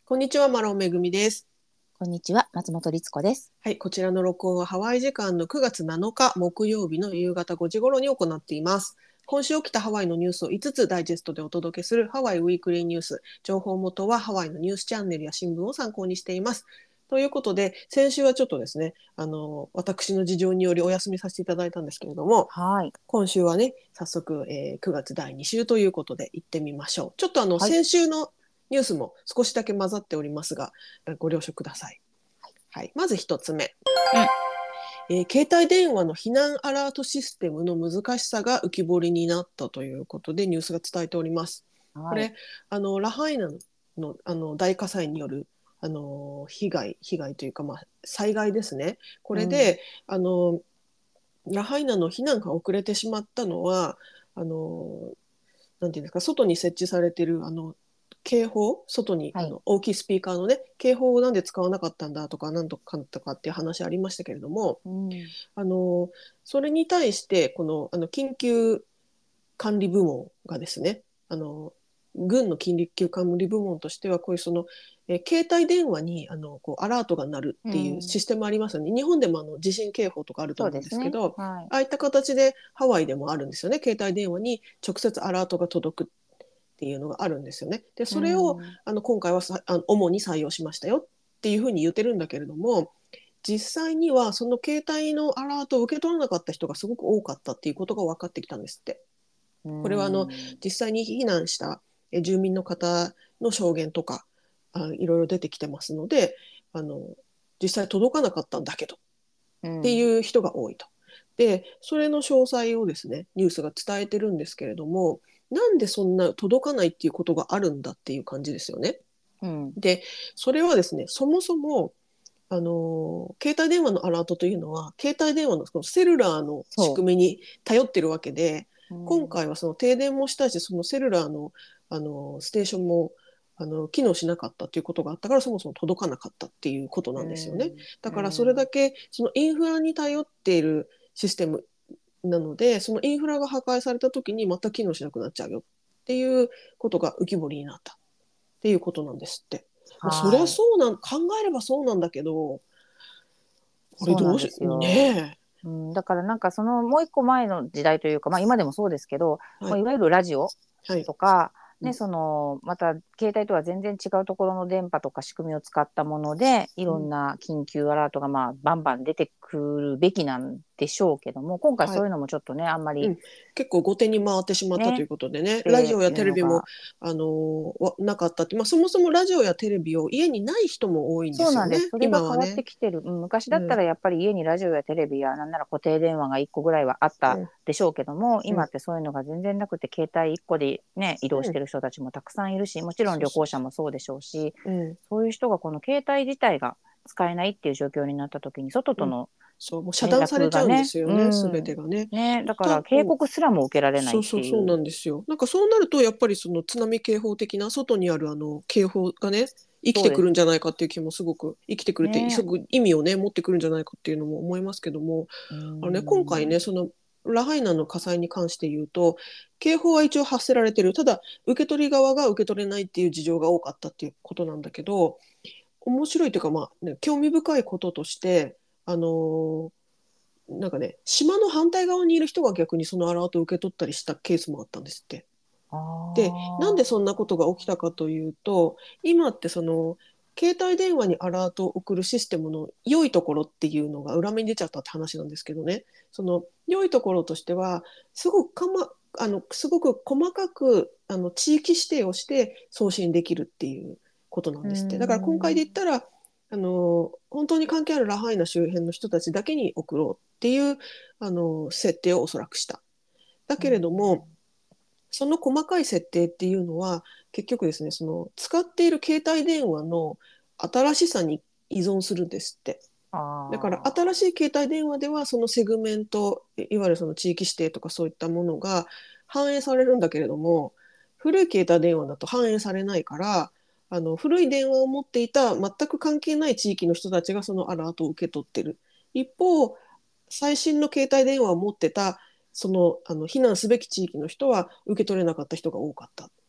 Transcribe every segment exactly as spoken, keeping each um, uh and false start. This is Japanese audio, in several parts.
こんにちは、マロンめぐみです。 こんにちは、松本律子です。 はい、こちらの録音はハワイ時間のくがつなのか木曜日の夕方ごじ頃に行っています。今週起きたハワイのニュースをいつつダイジェストでお届けするハワイウィークリーニュース。情報元はハワイのニュースチャンネルや新聞を参考にしています。ということで、先週はちょっとですね、あの、私の事情によりお休みさせていただいたんですけれども、 はい。 今週はね、早速、えーくがつだいに週ということで行ってみましょう。ちょっとあの、 はい。 先週のニュースも少しだけ混ざっておりますが、ご了承ください。はい、まず一つ目、えー携帯電話の避難アラートシステムの難しさが浮き彫りになったということでニュースが伝えております。 うん。はい。 これあのラハイナのあの大火災によるあの被害被害というか、まあ、災害ですね。こうん。 れであのラハイナの避難が遅れてしまったのはあのなんていうんですか、外に設置されているあの警報、外にはい。 あの大きいスピーカーのね警報をなんで使わなかったんだとかなんとかとかっていう話ありましたけれども、 うん。 あのそれに対してこのあの緊急管理部門がですね、あの軍の緊急管理部門としてはこういうそのえ携帯電話にあのこうアラートが鳴るっていううん。 システムありますよね。日本でもあの地震警報とかあると思うんでそうですね。 すけど、 はい。 ああいった形でハワイでもあるんですよね。携帯電話に直接アラートが届くっていうのがあるんですよね。で、 うそれをん。 あの今回はさあの主に採用しましたよっていうふうに言ってるんだけれども、実際にはその携帯のアラートを受け取らなかった人がすごく多かったっていうことが分かってきたんですって。 うこれはあのん。 実際に避難した住民の方の証言とかあいろいろ出てきてますので、あの実際届かなかったんだけどってうん。 いう人が多いと。で、それの詳細をですね、ニュースが伝えてるんですけれども、なんでそんな届かないっていうことがあるんだっていう感じですよね。 うん。 で、それはですね、そもそもあの携帯電話のアラートというのは携帯電話のそのセルラーの仕そ組みに頼ってるわけで、 う。う今ん。 回はその停電もしたし、そのセルラーの、あのステーションもあの機能しなかったということがあったから、そもそも届かなかったっていうことうなんですよね。 ん。 だからそれうん。 だけそのインフラに頼っているシステムなので、そのインフラが破壊された時にまた機能しなくなっちゃうよっていうことが浮き彫りになったっていうことなんですって。まあ、そりゃはい。 そうなん、考えればそうなんだけど、これそうなんでどうし、 すよ。 ねうん。だからなんかそのもう一個前の時代というか、まあ今でもそうですけど、 え。はい。 まあ、いわゆるラジオはい。 とか、ね、 うん。 そのまた携帯とは全然違うところの電波とか仕組みを使ったものでいうん。 ろんな緊急アラートがまあバンバン出てくるべきなんでしょうけども、今回はい。 そういうのもちょっとねあんまりうん。結構後手に回ってしまったといねうことでね、 ってラジオやいうのが。 テレビも、あのーなかったって、まあ、そもそもラジオやテレビを家にない人も多いんでそうなんです。 すよね、 それが変わって今はね。 きてる。うん、昔だったうん。 らやっぱり家にラジオやテレビやなんなら固定電話がいっこぐらいはあったうん。 でしょうけども、 うん。 今ってそういうのが全然なくて、携帯いっこでね、移動しうん。 てる人たちもたくさんいるし、もちろん旅行そうそうそ者もそうでしょうし、 う。うん。 そういう人がこの携帯自体が使えないっていう状況になった時に、外うん。 とのそう、もう遮連断されちゃうんで絡がね、うすよね、すべてん、 がね。 ね、だかた、 ら警告すらも受けられないっそうそうそうなていう。 んですよ。なんかそうなるとやっぱりその津波警報的な外にあるあの警報がね生きてくるんじゃそうです。 ないかっていう気もすごく、生きてくるってすね、 ごく意味をね持ってくるんじゃないかっていうのも思いますけども、 うあのね今回ねん、 そのラハイナの火災に関して言うと警報は一応発せられてる、ただ受け取り側が受け取れないっていう事情が多かったっていうことなんだけど、面白いというかまあ、ね、興味深いこととしてあのなんかね島の反対側にいる人が逆にそのアラートを受け取ったりしたケースもあったんですって。 あで、なんでそんなあ、 ことが起きたかというと、今ってその携帯電話にアラートを送るシステムの良いところっていうのが裏目に出ちゃったって話なんですけどね、その良いところとしては、すごくかまあのすごく細かくあの地域指定をして送信できるっていうことなんうですって。だから今回ん、 で言ったら、あの本当に関係あるラハイナ周辺の人たちだけに送ろうっていうあの設定をおそらくした。だうけれども、 ん、 その細かい設定っていうのは結局ですね、その使っている携帯電話の新しさに依存するんですって。 あだからあ、 新しい携帯電話ではそのセグメント、いわゆるその地域指定とかそういったものが反映されるんだけれども、古い携帯電話だと反映されないから、あの古い電話を持っていた全く関係ない地域の人たちがそのアラートを受け取ってる。一方、最新の携帯電話を持ってたそのあの避難すべき地域の人は受け取れなかった人が多かったっ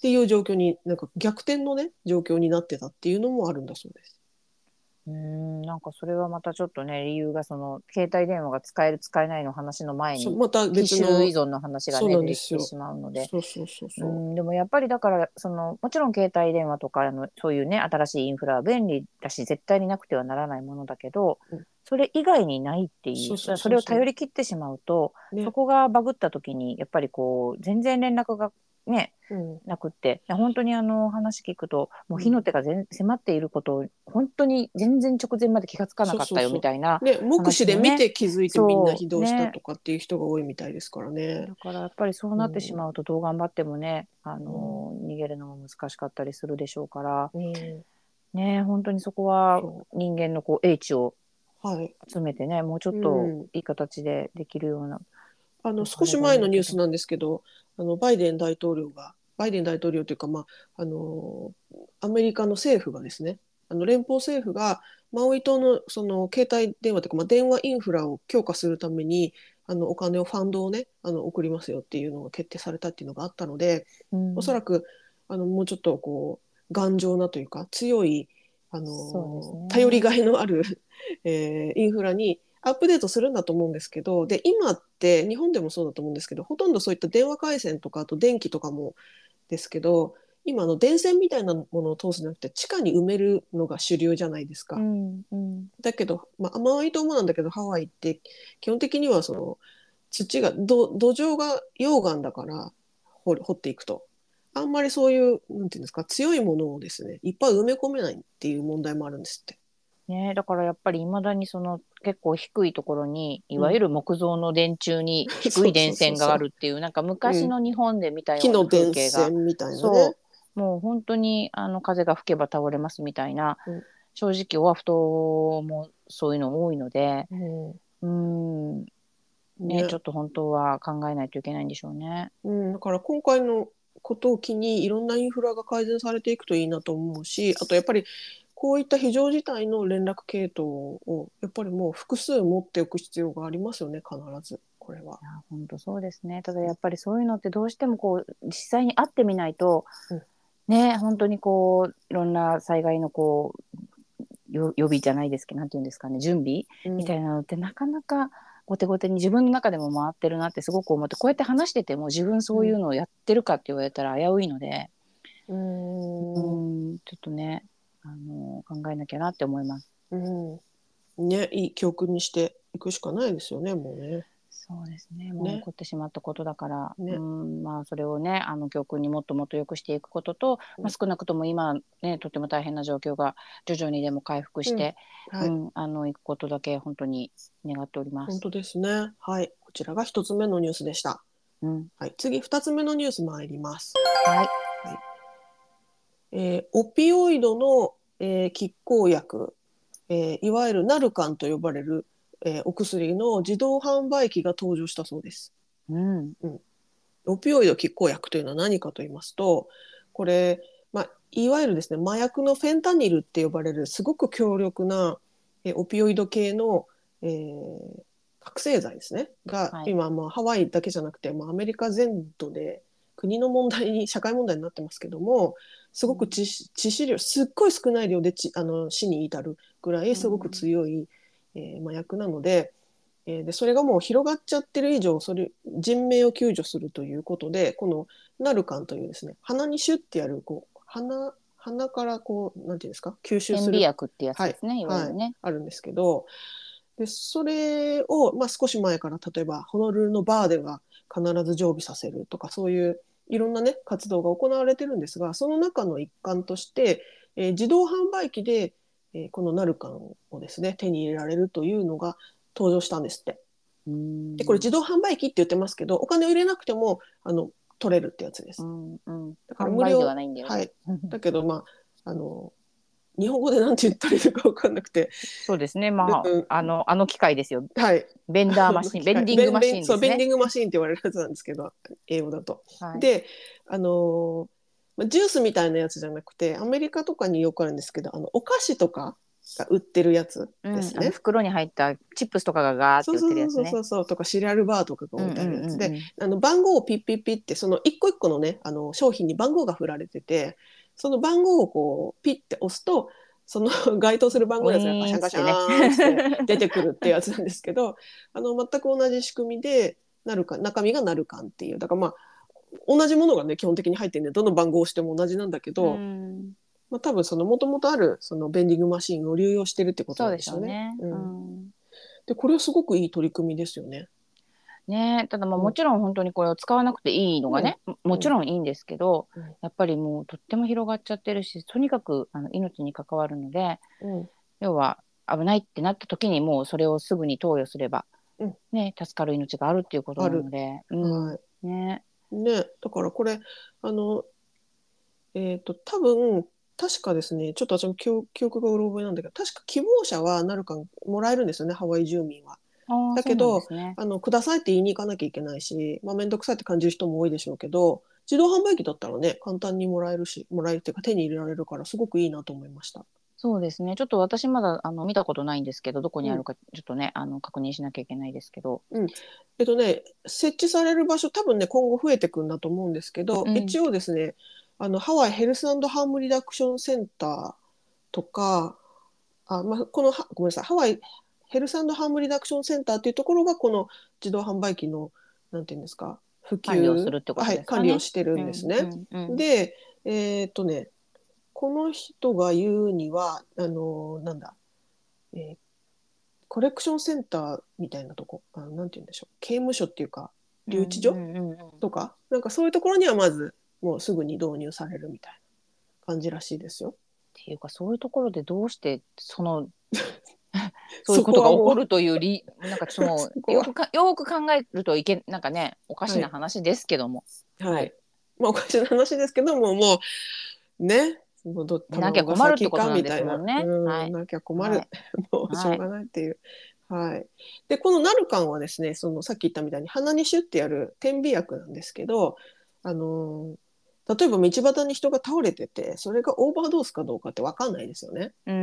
っていう状況になんか逆転のね状況になってたっていうのもあるんだそうです。 うーん、なんかそれはまたちょっとね、理由がその携帯電話が使える使えないの話の前にそうまた機別の種依存の話がねそうなん出ですよ。 てきてしまうので、 そうそうそうそうん、でもやっぱりだからそのもちろん携帯電話とかあのそういうね新しいインフラは便利だし絶対になくてはならないものだけど、 う。うん、 それ以外にないっていう、 そうそうそれをそうそ頼り切ってしまうと、 う。ね。 そこがバグった時にやっぱりこう全然連絡がねうん。 なくって、本当にあの話聞くともううん。 火の手が全迫っていることを本当に全然直前まで気がつかなかったよそうそうそみたいなう。ね、目視で見話もね、 て気づいてみんなそ起動したうね、 とかっていう人が多いみたいですからね。 だからやっぱりそうなってしうん。 まうとどう頑張ってもね、あうん。 の逃げるのも難しかったりするでしょうからうん、 ね、本当にそこはそ人間のこう英知をう。はい。 集めてね、もうちょっうとん。 いい形でできるようなあの、 のがあれ少し前ばいいんだけど。 のニュースなんですけど、あの、バイデン大統領が、バイデン大統領というか、まあ、あの、アメリカの政府がですね、あの連邦政府がマウイ島のその携帯電話というか、まあ、電話インフラを強化するためにあのお金をファンドをねあの送りますよっていうのが決定されたっていうのがあったので、 うん、 おそらくあのもうちょっとこう頑丈なというか強いあそうですの頼りね。 がいのある、えーインフラにアップデートするんだと思うんですけど、で今って日本でもそうだと思うんですけど、ほとんどそういった電話回線とかあと電気とかもですけど、今の電線みたいなものを通すんじゃなくて地下に埋めるのが主流じゃないですか。 うんうん、 だけど、まあ、マウイ島もなんだけどハワイって基本的にはその土が土土壌が溶岩だから掘掘っていくとあんまりそういうなんていうんですか強いものをですねいっぱい埋め込めないっていう問題もあるんですって。 ね、だからやっぱりいまだにその結構低いところにいうん、 わゆる木造の電柱に低いそうそうそう電線があそるっていうなんかう、うん、 昔の日本で見たような風木の電景が、 線みたいなね。 そうもう本当にあの風が吹けば倒れますみたいな、 うん正直オアフ島もそういうの多いので、 ううーん、 ん、 ね、ちね、 ょっと本当は考えないといけないんでしょうね。 うん、だから今回のことを機にいろんなインフラが改善されていくといいなと思うし、あとやっぱりこういった非常事態の連絡系統をやっぱりもう複数持っておく必要がありますよね、必ずこれは。 いや本当そうですね。ただやっぱりそういうのってどうしてもこう実際に会ってみないとうんね、本当にこういろんな災害のこうよ予備じゃないですけど、なんていうんですかね、準備みたうんいなのってなかなか後手後手に自分の中でも回ってるなってすごく思って、こうやって話してても自分そういうのをやってるかって言われたら危ういので、 ううんうーん、ちょっとね、あの考えなきゃなって思います。 んうんね、いい教訓にしていくしかないですよね、もうね。 そうですね。もう起ね、 こってしまったことだから、うね、 ん、まあそれをね、あの教訓にもっともっと良くしていくことと、まあ、 うん、 少なくとも今ね、とても大変な状況が徐々にでも回復しうん、 て、うはい、 ん、あの行くことだけ本当に願っております。 本当ですね。はい、こちらが一つ目のニュースでした。 うん、 はい、次二つ目のニュース参ります。 はい。 はい、えーオピオイドの、えー拮抗薬、えーいわゆるナルカンと呼ばれる、えーお薬の自動販売機が登場したそうです。 うん、 うん、オピオイド拮抗薬というのは何かと言いますと、これ、まあ、いわゆるですね麻薬のフェンタニルって呼ばれるすごく強力な、えーオピオイド系の、えー覚醒剤ですねがはい。 今、まあ、ハワイだけじゃなくて、まあ、アメリカ全土で国の問題に社会問題になってますけども、すごく致死致死量すっごい少ない量でちあの死に至るぐらいすごくうん、 強い、えー麻薬なので、えーでそれがもう広がっちゃってる以上それ人命を救助するということで、このナルカンというですね鼻にシュッてやるこう鼻鼻からこうなんていうんですか吸収点鼻する、 薬ってやつはいですね、いわゆはいるね。 あるんですけど、でそれを、まあ、少し前から例えばホノルルのバーでは必ず常備させるとかそういういろんなね活動が行われてるんですが、その中の一環として、えー自動販売機で、えーこのナルカンをですね手に入れられるというのが登場したんですって。 うでこれん、 自動販売機って言ってますけどお金を入れなくてもあの取れるってやつです。 うん、うん、 だから販売では無料、 ないんだよね。 はい。だけどまああの日本語で何て言ったらいいのか分かんなくて、 そうですね。まうん、 あ、あの、あの機械ですよ。 はい。 ベンダーマシン、ベンディングマシベンベンそうンですね。 ベンディングマシーンって言われるやつなんですけど英語だと。 はい。 であのジュースみたいなやつじゃなくてアメリカとかによくあるんですけどあのお菓子とかが売ってるやつうん、 ですね。 あの袋に入ったチップスとかがガーって売っそうそうてるやつね。 そうそうそうとかシリアルバーとかがうん置いてあるやつで、 うんうんうん。 あの番号をピッピッピッってその一個一個のねあの商品に番号が振られてて、その番号をこうピッて押すとその該当する番号のやつがガウィーンシャンガシャっつってね。 ーンって出てくるってやつなんですけど、あの全く同じ仕組みでなるか中身がなるかっていう、だからまあ同じものがね基本的に入ってるんでどの番号を押しても同じなんだけうど、 ん、 まあ、多分その元々あるそのベンディングマシンを流用してるってことそうでなんでしょうね。 しょうね。 ううん、 ん。 でこれはすごくいい取り組みですよね。 ね、ただまあうんもちろん本当にこれを使わなくていいのがね、ももちろんいいんですけど、 うんやっぱりもうとっても広がっちゃってるし、とにかくあの命に関わるので、 うん要は危ないってなった時にもうそれをすぐに投与すれば、 うんね、助かる命があるっていうことある。 なので、うん、 はね、 い。ね、だからこれあのえっと多分確かですね、ちょっと私も記憶記憶がうろ覚えなんだけど、確か希望者はなるかもらえるんですよね、ハワイ住民は。 ああ、そうなんでだけどすね。 あのくださいって言いに行かなきゃいけないし、まあ、面倒くさいって感じる人も多いでしょうけど、自動販売機だったらね簡単にもらえるし、もらえるっていうか手に入れられるからすごくいいなと思いました。 そうですね。ちょっと私まだあの見たことないんですけど、どこにうんあるかちょっとね、あの確認しなきゃいけないですけど。 うん、えっとね設置される場所多分ね今後増えてくんだと思うんですけど、 うん、 一応ですねあのハワイヘルスハームリダクションセンターとか、あ、まあ、このはごめんなさいハワイヘルスハームリダクションセンターっていうところがこの自動販売機のなんていうんですか普管理をす及、 るってことはい、管理をですかね。 してるうん、 んですね。 うん、うん。 でえーっとねこの人が言うにはあのなんだ、えーコレクションセンターみたいなとこ、あのなんて言うんでしょう、刑務所っていうかうん、 留置所うん、うん、うん。 とかなんかそういうところにはまずもうすぐに導入されるみたいな感じらしいですよ。 っていうか、そういうところでどうしてそのそういうそことが起ここはもるという理なんかちょっとうもそこはうよくかよく考えるといけなんかね、おかしなはい話ですけども、はい、 はい、まあおかしな話ですけども、もうねもうどでなきゃ卵が困るって先かことなんでみたいな、 すもんね。はい、 うんなきゃ困る、 はい、 もうしょうはい。 がないっていう。はい、でこのナルカンはですねそのさっき言ったみたいに鼻にシュッてやる点鼻薬なんですけど、あの例えば道端に人が倒れててそれがオーバードースかどうかって分かんないですよね。 うん、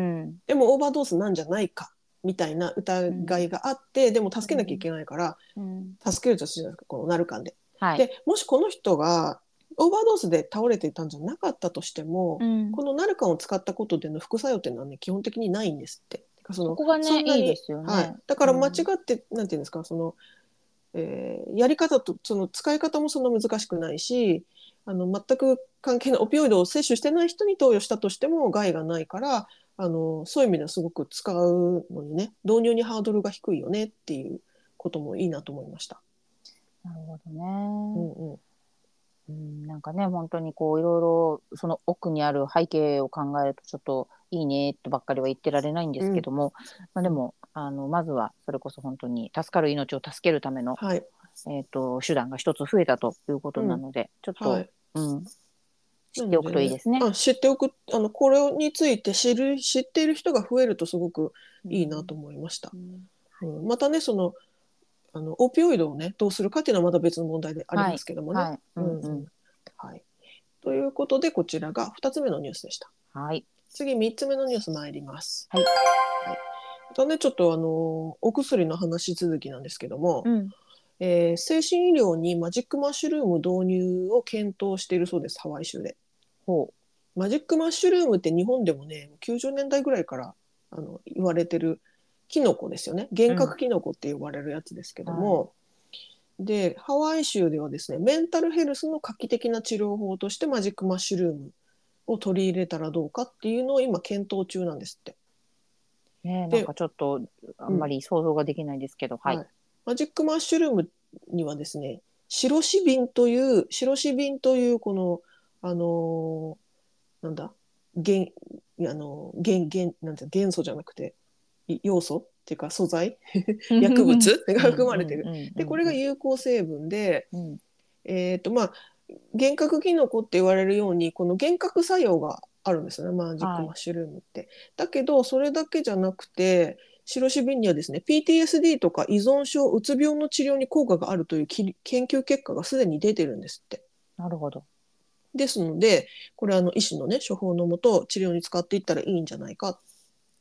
でもオーバードースなんじゃないかみたいなうん、 疑いがあってでも助けなきゃいうん、 けないからうん、 助けるとするじゃないですかこのナルカンで。 はい、 でもしこの人がオーバードースで倒れていたんじゃなかったとしてもうん。 このナルカンを使ったことでの副作用っていうのはね基本的にないんですって。そのそこがね、 そんなに、 いいですよはい、 ね。 だから間違うん、 ってなんていうんですかその、えーやり方とその使い方もそんな難しくないしあの全く関係ないオピオイドを摂取してない人に投与したとしても害がないからあのそういう意味ではすごく使うのにね導入にハードルが低いよねっていうこともいいなと思いました。 なるほどうね。 んうんうん、なんかね、本当にこういろいろその奥にある背景を考えるとちょっといいねとばっかりは言ってられないんでうんすけども、まあ、でうんもあのまずはそれこそ本当に助かる命を助けるための、 はい、 えー、と手段が一つ増えたということうんなので、ちょっと、 はい、 うん、知っておくなのでねといいですね。 あ知っておくあのこれについて知る知っている人が増えるとすごくうん、 いいなと思いました。 うん、 うん、またねそのあのオピオイドをねどうするかっていうのはまた別の問題でありはいますけどもね。 はい、ううんうんんうん、 はい、ということでこちらがふたつめのニュースでした。 はい、 次みっつめのニュース参ります。 はい、 はい、またねちょっとあのお薬の話続きなんですけども、 うん、 えー精神医療にマジックマッシュルーム導入を検討しているそうですハワイ州で。 ほマジックマッシュルームって日本でもねきゅうじゅうねんだいぐらいからあの言われてるキノコですよね。 う、うん、 幻覚キノコって呼ばれるやつですけどはい、 も、でハワイ州ではですねメンタルヘルスの画期的な治療法としてマジックマッシュルームを取り入れたらどうかっていうのを今検討中なんですって。 ね、なんで、 かちょっとあんまうんり想像ができないですけど、はい、 はい、マジックマッシュルームにはですね白シビンという白シビンというこのあのーなんだ元あの元元なんて元素じゃなくて要素っていうか素材薬物がうん含まれてる。 うんうんうでこれがん有効成分で、 うん、 えーとまあ、幻覚キノコって言われるようにこの幻覚作用があるんですよねマジックはい、 マッシュルームって。だけどそれだけじゃなくてシロシビンにはですね ピーティーエスディー とか依存症うつ病の治療に効果があるというき研究結果がすでに出てるんですって。 なるほど。 ですのでこれあの医師のね処方のもと治療に使っていったらいいんじゃないかって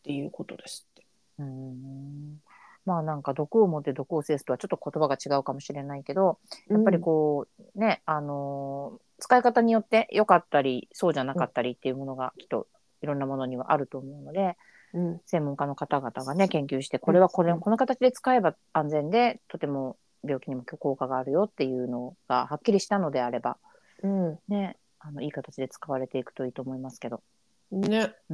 っていうことですって。 うん、まあなんか毒を持って毒を制すとはちょっと言葉が違うかもしれないけど、やっぱりこうね、あのー使い方によって良かったりそうじゃなかったりっていうものがきっといろんなものにはあると思うので、 うん、 専門家の方々がね研究してこれはこれ、 うん、 この形で使えば安全でとても病気にも効果があるよっていうのがはっきりしたのであれば、 うん、 ね、あのいい形で使われていくといいと思いますけど。 ね。 うん、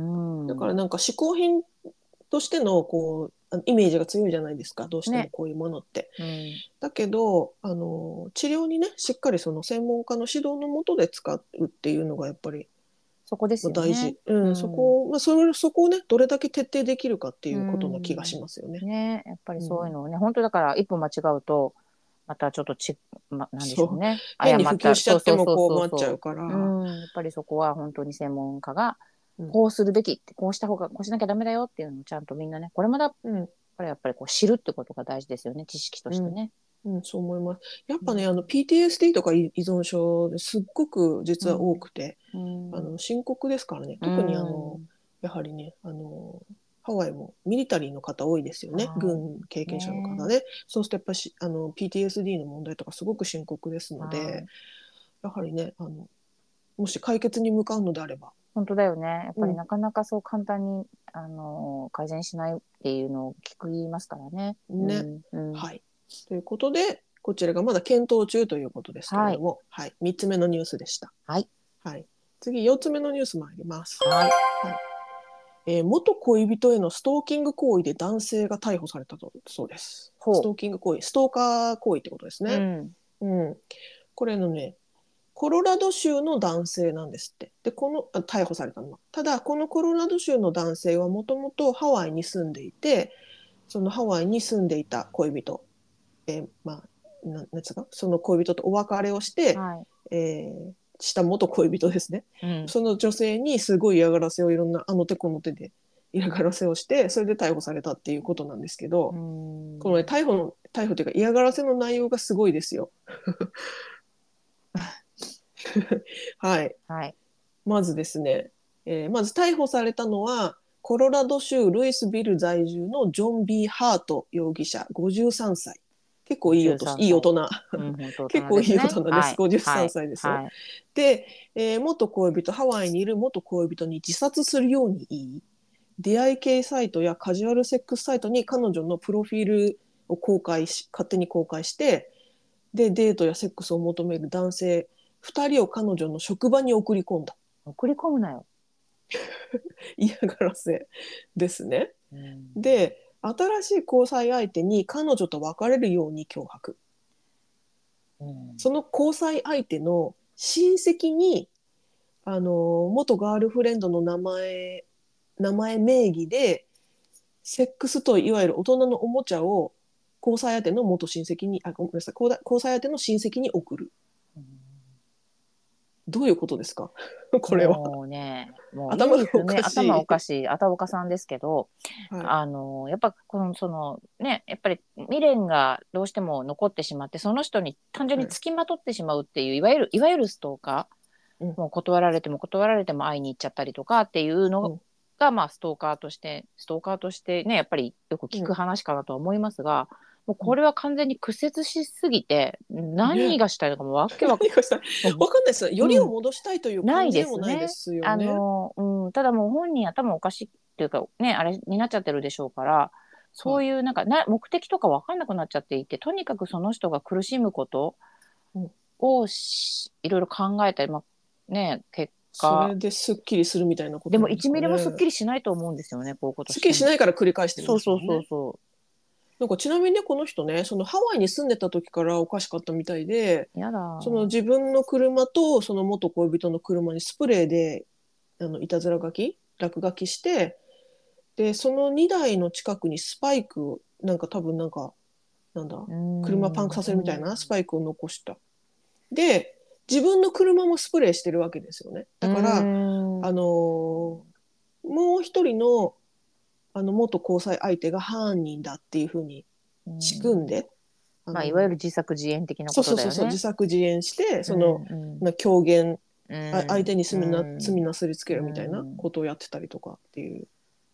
だからなんか嗜好品としてのこうイメージが強いじゃないですか、どうしてもね、 こういうものって。 うん、 だけどあの治療にねしっかりその専門家の指導のもとで使うっていうのがやっぱりそこですよね。 大事、うん、そうん、 こ、まあ、それそこをねどれだけ徹底できるかっていううことな気がん、 しますよね。 ね、やっぱりうん、 そういうのをね、本当だから一歩間違うとまたちょっとち、ま、なんでしそうょうね。 変に普誤った、 及しちゃってそうそうそうもこうなっちゃうそうそから、 う。うん、やっぱりそこは本当に専門家がうん、 こうするべきって、こうした方が、こうしなきゃダメだよっていうのをちゃんとみんなね、これまだうん、 これやっぱりこう知るってことが大事ですよね、知識とうんしてね。 うん、そう思います。やっうん、 ぱねあの ピーティーエスディー とか依存症ですっごく実は多くて、 うん、 あの深刻ですからね。 う特にあのん、 やはりねあのハワイもミリタリーの方多いですよね、 は軍経い。 験者の方ね、 ね。そうするとやっぱしあの ピーティーエスディー の問題とかすごく深刻ですので、 はい。 やはりねあのもし解決に向かうのであれば、 本当だよね。やっぱりうんなかなかそう簡単に、あの、改善しないっていうのを聞く言いますからね。うね、 ん、うん。 はい。ということでこちらがまだ検討中ということですけれはい。 ども、はい、みっつめのニュースでした。 はい。 はい、次よっつめのニュース参ります。 はい。 はい、えー元恋人へのストーキング行為で男性が逮捕されたとそうです。スほトーキング行為、ストーカー行為ってことですう。うね。 ん。 うん。これのね、コロラド州の男性なんですって。で、この、あ逮捕されたのは。ただ、このコロラド州の男性はもともとハワイに住んでいて、そのハワイに住んでいた恋人、えーまあ、ななんですか、その恋人とお別れをして、 はい。 えーした元恋人ですね。 うん。 その女性にすごい嫌がらせをいろんなあの手この手で嫌がらせをして、それで逮捕されたっていうことなんですけうど、この、ね、 ん。 逮捕の逮捕というか嫌がらせの内容がすごいですよ。はい。 はい。 まずですね、えーまず逮捕されたのはコロラド州ルイスビル在住のジョン・ビー・ハート容疑者ごじゅうさんさい。結構いい音 13 いい大歳。 人。 うん、本当大結構いい大人ですね。 人です。 はい。 53 はい。 歳ですよ。 はい。 で、えー元恋人、ハワイにいる元恋人に自殺するように言い、出会い系サイトやカジュアルセックスサイトに彼女のプロフィールを公開し、勝手に公開して、で、デートやセックスを求める男性ふたりを彼女の職場に送り込んだ。 送り込むなよ。 嫌がらせですね。 うん。 で、新しい交際相手に彼女と別れるように脅迫。 うん。 その交際相手の親戚にあの元ガールフレンドの名前名前名義でセックスといわゆる大人のおもちゃを交際相手の元親戚にあごめんなさい交交際相手の親戚に送る。 うん、 どういうことですかこれは。 もうね、もういい頭がおですね。頭おかしい。 かしい、あたおかさんですけど、 はい。 あの、やっぱこの、その、ね、やっぱり未練がどうしても残ってしまって、その人に単純はい。 につきまとってしまうっていう、いわゆる、いわゆるストーカうん。 ー、もう断られても断られても会いに行っちゃったりとかっていうのうん。 が、まあ、ストーカーとして、ストーカーとしてね、やっぱりよく聞くうん。 話かなとは思いますが、もううんこれは完全に屈折しすぎて、何ね。 がしたいのかもわけわか、 何かしたい。 もわかんないです。よりう、うん、 を戻したいというないで感じでもないですね。 すよあね。 の、うん、ただもう本人頭おかしいっていうか、ね、あれになっちゃってるでしょうから、 はい。 そういうなんかな目的とか分かんなくなっちゃっていて、とにかくその人が苦しむことうん。 をしいろいろ考えたり、まあ、ね、結果、 それですっきりするみたいなこでもとなんですいちミリもすっかね。 きりしないと思うんですよね、こういうことすっきりししても。 ないから繰り返してるんそうそうですもんね。 そうそなんかちなみにね、この人ね、そのハワイに住んでた時からおかしかったみたいで、 う。やだ。 その自分の車とその元恋人の車にスプレーであのいたずら書き、落書きして、で、そのにだいの近くにスパイクを、なんか多分なんか、なんだ、 うー車パンクん、 させるみたいうん、 なスパイクを残した。で、自分の車もスプレーしてるわけですよね。 うだから、 ーん、 あのーもう一人のあの元交際相手が犯人だっていうふうにうん、 仕組んで、あまあ、いわゆるの自作自演的なこそうそうそうそう、自とだよね。 作自演して、 うん、 その、 うん、 な狂言、 うあ相手ん、うに罪な罪ん、 なすりつけうるみたいなん。 ことをやってたりとかっていう。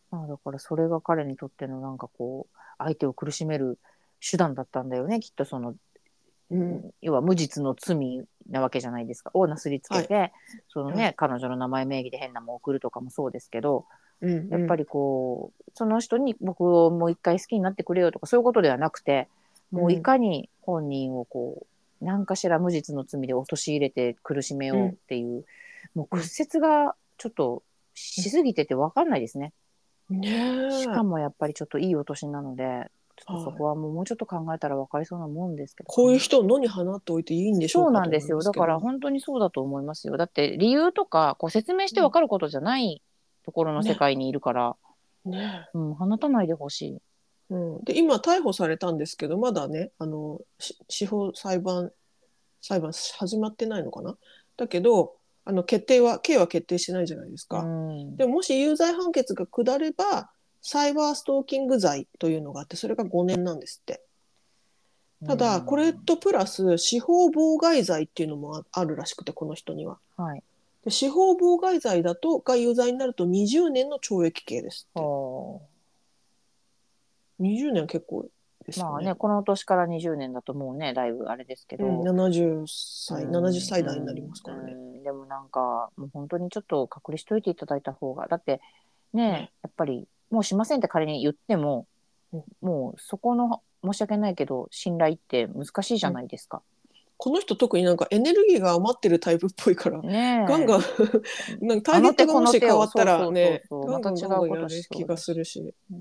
まあだからそれが彼にとってのなんかこう相手を苦しめる手段だったんだよねきっと。そのうん、 要は無実の罪なわけじゃないですかをなすりつはい、 けて、そのねはい、 彼女の名前名義で変なもん送るとかもそうですけど、 うん、うん、 やっぱりこうその人に僕をもう一回好きになってくれよとかそういうことではなくて、もういうん、 かに本人をこう何かしら無実の罪で陥れて苦しめよううん、 っていう、もううん、 屈折がちょっとうしすぎてて分かんないですね。 ん。ねしかえ。 もやっぱりちょっといいお年なので、ちょっとそはい。 こはもうもうちょっと考えたら分かりそうなもんですけど、 こういう人を野に放っておいていいんでしょうそうかと思いなんですよ。だますけど。 から本当にそうだと思いますよ。だって理由とかこう説明して分うん、 かることじゃないところの世ね、 界にいるから、 ねうん、放たないでほしい。 え。うん、で、今逮捕されたんですけど、まだね、あの、し司法裁判、裁判始まってないのかな。だけど、あの、決定は、刑は決定しないじゃないですうか。 ん。 でも、もし有罪判決が下れば、サイバーストーキング罪というのがあって、それがごねんなんですって。 うただ、これん。 とプラス、司法妨害罪っていうのもあるらしくて、この人には。 はい。 で司法妨害罪だと、が有罪になるとにじゅうねんの懲役刑ですって。 はにじゅうねんは結構であ。 すよね。 まあね、この年からにじゅうねんだともうね、だいぶあれですけうん、 ど、 ななじゅっうさい、ななじゅっん、うさい代になりまん、 すからね。 うん、でもなんか、もう本当にちょっと隔離しといていただいた方が、だってね、 ね。 やっぱり、もうしませんって仮に言っても、 うん、 もうそこの、申し訳ないけど、信頼って難しいじゃうん。 ないですか。 この人特になんかエネルギーが余ってるタイプっぽいから、ガンねガンなんかターあの手ゲットがもこの手を、 し変わったそうそうそうらね、 そう、 ガンガンまた違ガンガンやうことしる気がそうだし。 するし、 うん、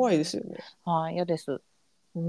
怖いですよね。 はい、嫌です。 うん。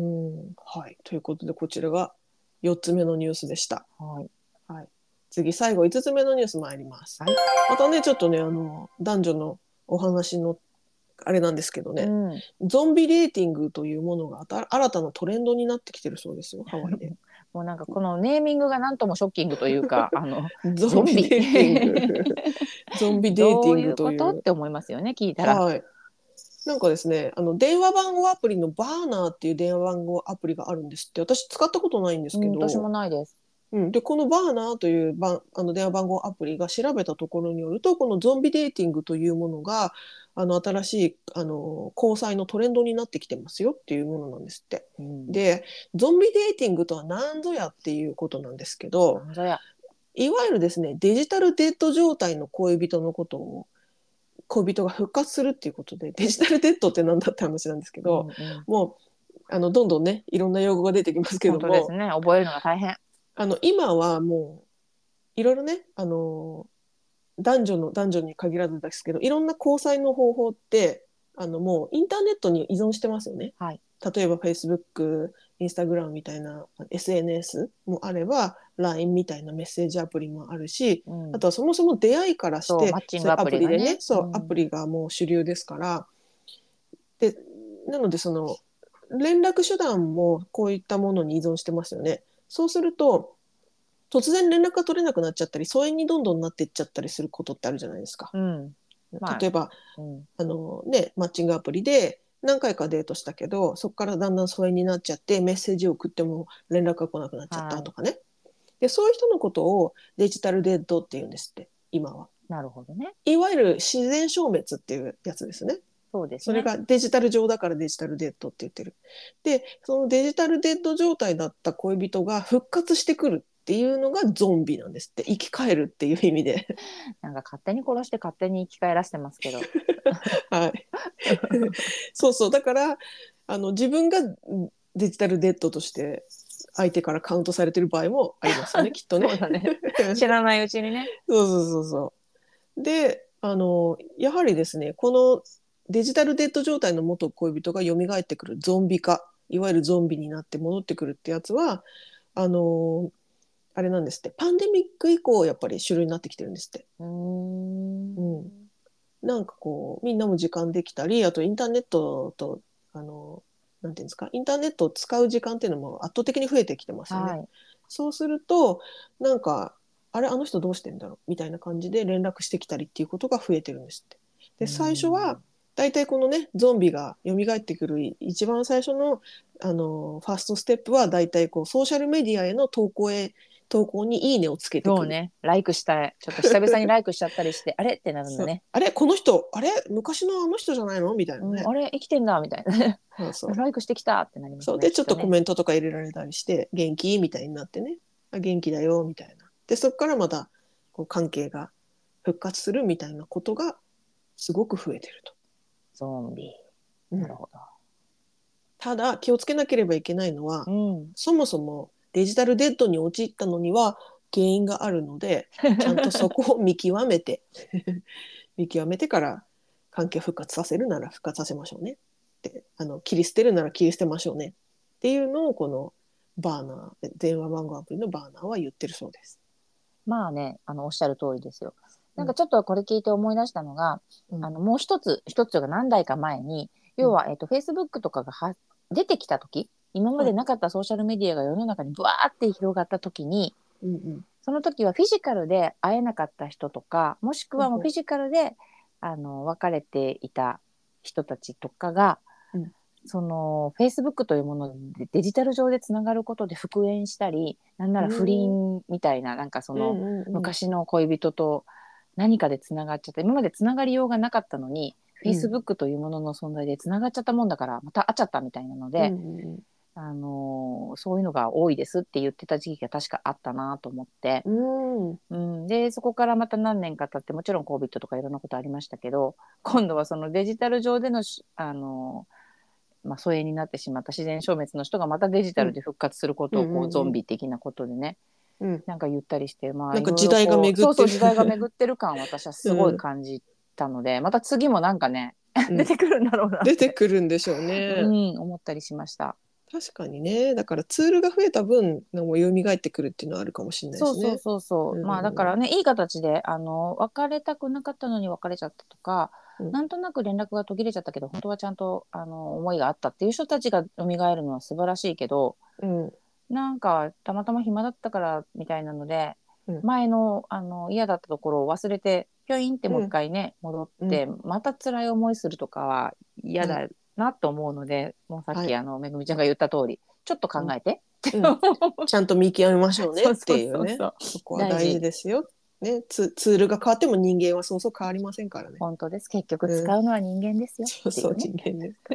はい。ということで、こちらがよっつめのニュースでした。 はい。 はい。次、最後いつつめのニュース参ります。 はい。 またね、ちょっとね、あの、男女のお話のあれなんですけどね、 うん。 ゾンビデーティングというものが新たなトレンドになってきてるそうですよ、ハワイで。 もうなんかこのネーミングがなんともショッキングというか、あの、 ゾンビゾンビデーティングゾンビデーティングどういうという。 ことって思いますよね、聞いたら。 はい。なんかですね、あの、電話番号アプリのバーナーっていう電話番号アプリがあるんですって。私使ったことないんですうん、私けど、 もないです。 うん、で、このバーナーという番あの電話番号アプリが調べたところによると、このゾンビデーティングというものが、あの、新しい、あの、交際のトレンドになってきてますよっていうものなんですって。 うん。 で、ゾンビデーティングとは何ぞやっていうことなんですけど、 なんぞや。 いわゆるですね、デジタルデッド状態の恋人のことを、恋人が復活するっていうことで、デジタルデッドってなんだって話なんですけど、 うんうん。 もう、あの、どんどんね、いろんな用語が出てきますけ本ども、 当ですね。覚えるのが大変。 あの、今はもう、いろいろね、あの、男女の、男女に限らずですけど、いろんな交際の方法って、あの、もうインターネットに依存してますよね。 はい。 例えば Facebook、Instagram みたいな エスエヌエス もあれば、ライン みたいなメッセージアプリもあるし、 うん。 あとはそもそも出会いからしそう、マて、 ッチングアそういうアプリでね、 プリがね。うそう、アプん。 リがもう主流ですから、で、なのでその、連絡手段もこういったものに依存してますよね。そうすると、突然連絡が取れなくなっちゃったり、疎遠にどんどんなっていっちゃったりすることってあるじゃないですか。 うん。まあ、 例えば、 うん。 あのね、マッチングアプリで何回かデートしたけど、そこからだんだん疎遠になっちゃって、メッセージを送っても連絡が来なくなっちゃっはい。 たとかね。で、そういう人のことをデジタルデッドって言うんですって、今は。 なるほどね。 いわゆる自然消滅っていうやつですね。 そうですね。 それがデジタル上だからデジタルデッドって言ってる。で、そのデジタルデッド状態だった恋人が復活してくるっていうのがゾンビなんですって。生き返るっていう意味で。 なんか勝手に殺して勝手に生き返らせてますけど。 はい。そうそう。だから、あの、自分がデジタルデッドとして相手からカウントされてる場合もありますよね、きっとね。 そうだね。知らないうちにね。 そうそうそうそう。で、あの、やはりですね、このデジタルデッド状態の元恋人が蘇ってくるゾンビ化、いわゆるゾンビになって戻ってくるってやつは、あの、あれなんですって、パンデミック以降、やっぱり主流になってきてるんですって。 うーん。 うん。なんかこう、みんなも時間できたり、あとインターネットと、あの、なんていうんですか、インターネットを使う時間っていうのも圧倒的に増えてきてますよね。 はい。 そうすると、なんか、あれ、あの人どうしてんだろうみたいな感じで連絡してきたりっていうことが増えてるんですって。 うーで、最初は、 ん。 大体このね、ゾンビが蘇ってくる一番最初の、あの、ファーストステップは、大体こう、ソーシャルメディアへの投稿へ投稿にいいねをつけてくる。 そうね、ライクしたい。ちょっと久々にライクしちゃったりして、あれってなるんだね。 あれこの人、あれ昔のあの人じゃないのみたいなね。 うん、あれ生きてんだみたいな。 そうそう。 ライクしてきたってなりますね。 そうで、ちょっとコね。 メントとか入れられたりして、元気みたいになってね。あ元気だよ、みたいな。で、そこからまた、こう関係が復活するみたいなことが、すごく増えてると。 ゾンビ。 うんなるほど。 ただ、気をつけなければいけないのは、 うん。 そもそもデジタルデッドに陥ったのには原因があるので、ちゃんとそこを見極めて、見極めてから関係復活させるなら復活させましょうね。で、あの切り捨てるなら切り捨てましょうね。っていうのをこのバーナー、電話番号アプリのバーナーは言ってるそうです。 まあね、あのおっしゃる通りですよ。 うんなんかちょっとこれ聞いて思い出したのが、 うん、 あのもう一つ、一つが何代か前に、要は、えっと、Facebook とかがは出てきた時、今まはい、 でなかったソーシャルメディアが世の中にブワーって広がった時に、 うんうん、 その時はフィジカルで会えなかった人とか、もしくほうほはもうフィジカルであの別れていた人たちとかが、 う、うんその Facebook というものでデジタル上でつながることで復縁したり、なんなうら不ん倫みたいな、なんかそうんのうんうん昔の恋人と何かでつながっちゃった、今までつながりようがなかったのに、 うん Facebook というものの存在でつながっちゃったもんだからまた会っちゃったみたいなのうんで、 うんあのそういうのが多いですって言ってた時期が確かあったなと思って、 うんうん、でそこからまた何年か経って、もちろん COVID とかいろんなことありましたけど、今度はそのデジタル上でのしあのまあ、疎遠になってしまった自然消滅の人がまたデジタルで復活するこうんうとをこうゾんうんンビ的なことでね、 うんなんか言ったりして、まあなんいろいろか時代がこう、そうそう、 巡ってる。 時代が巡ってる感を私はすごいうん感じたので、また次もなんかねう出ん、 てくるんだろうなって、 出てくるんでしょううね。 ん、思ったりしました。 確かにね。だからツールが増えた分、なんか蘇ってくるっていうのはあるかもしれないですね。 そうそうそうそう、まあだかうんらね、いい形であの別れたくなかったのに別れちゃったとか、 うんなんとなく連絡が途切れちゃったけど本当はちゃんとあの思いがあったっていう人たちが蘇るのは素晴らしいけど、 うんなんかたまたま暇だったからみたいなので、 うん前の、あの嫌だったところを忘れてピョインってもう一うん回ね戻っうんてまた辛い思いするとかは嫌はいだなと思うので、もうさっはいきあのめぐみちゃんが言った通りちょっと考うんえてってうんちゃんと見極めましょうねっそうそうていうね。 そうそう、 そこは大事大事。 ですよ。ね、ツ、ツールが変わっても人間はそうそう変わりませんからね。 本当です。結局うん、 使うのは人間ですよそうそうっていうね。 人間ですから。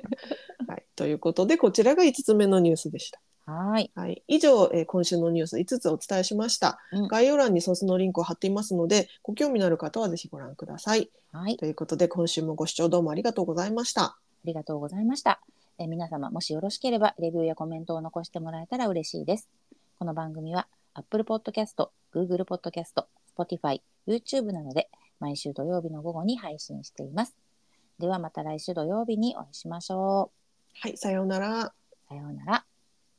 はい、ということでこちらがいつつめのニュースでした。 はい、 はい、以上、えー今週のニュースいつつお伝えしました。 うん、 概要欄にソースのリンクを貼っていますので、ご興味のある方はぜひご覧ください。 はい、 ということで、今週もご視聴どうもありがとうございました。 ありがとうございました。え皆様もしよろしければレビューやコメントを残してもらえたら嬉しいです。この番組は Apple Podcast、Google Podcast、Spotify、YouTube などで毎週土曜日の午後に配信しています。ではまた来週土曜日にお会いしましょはい、さようなら。 う。さようなら。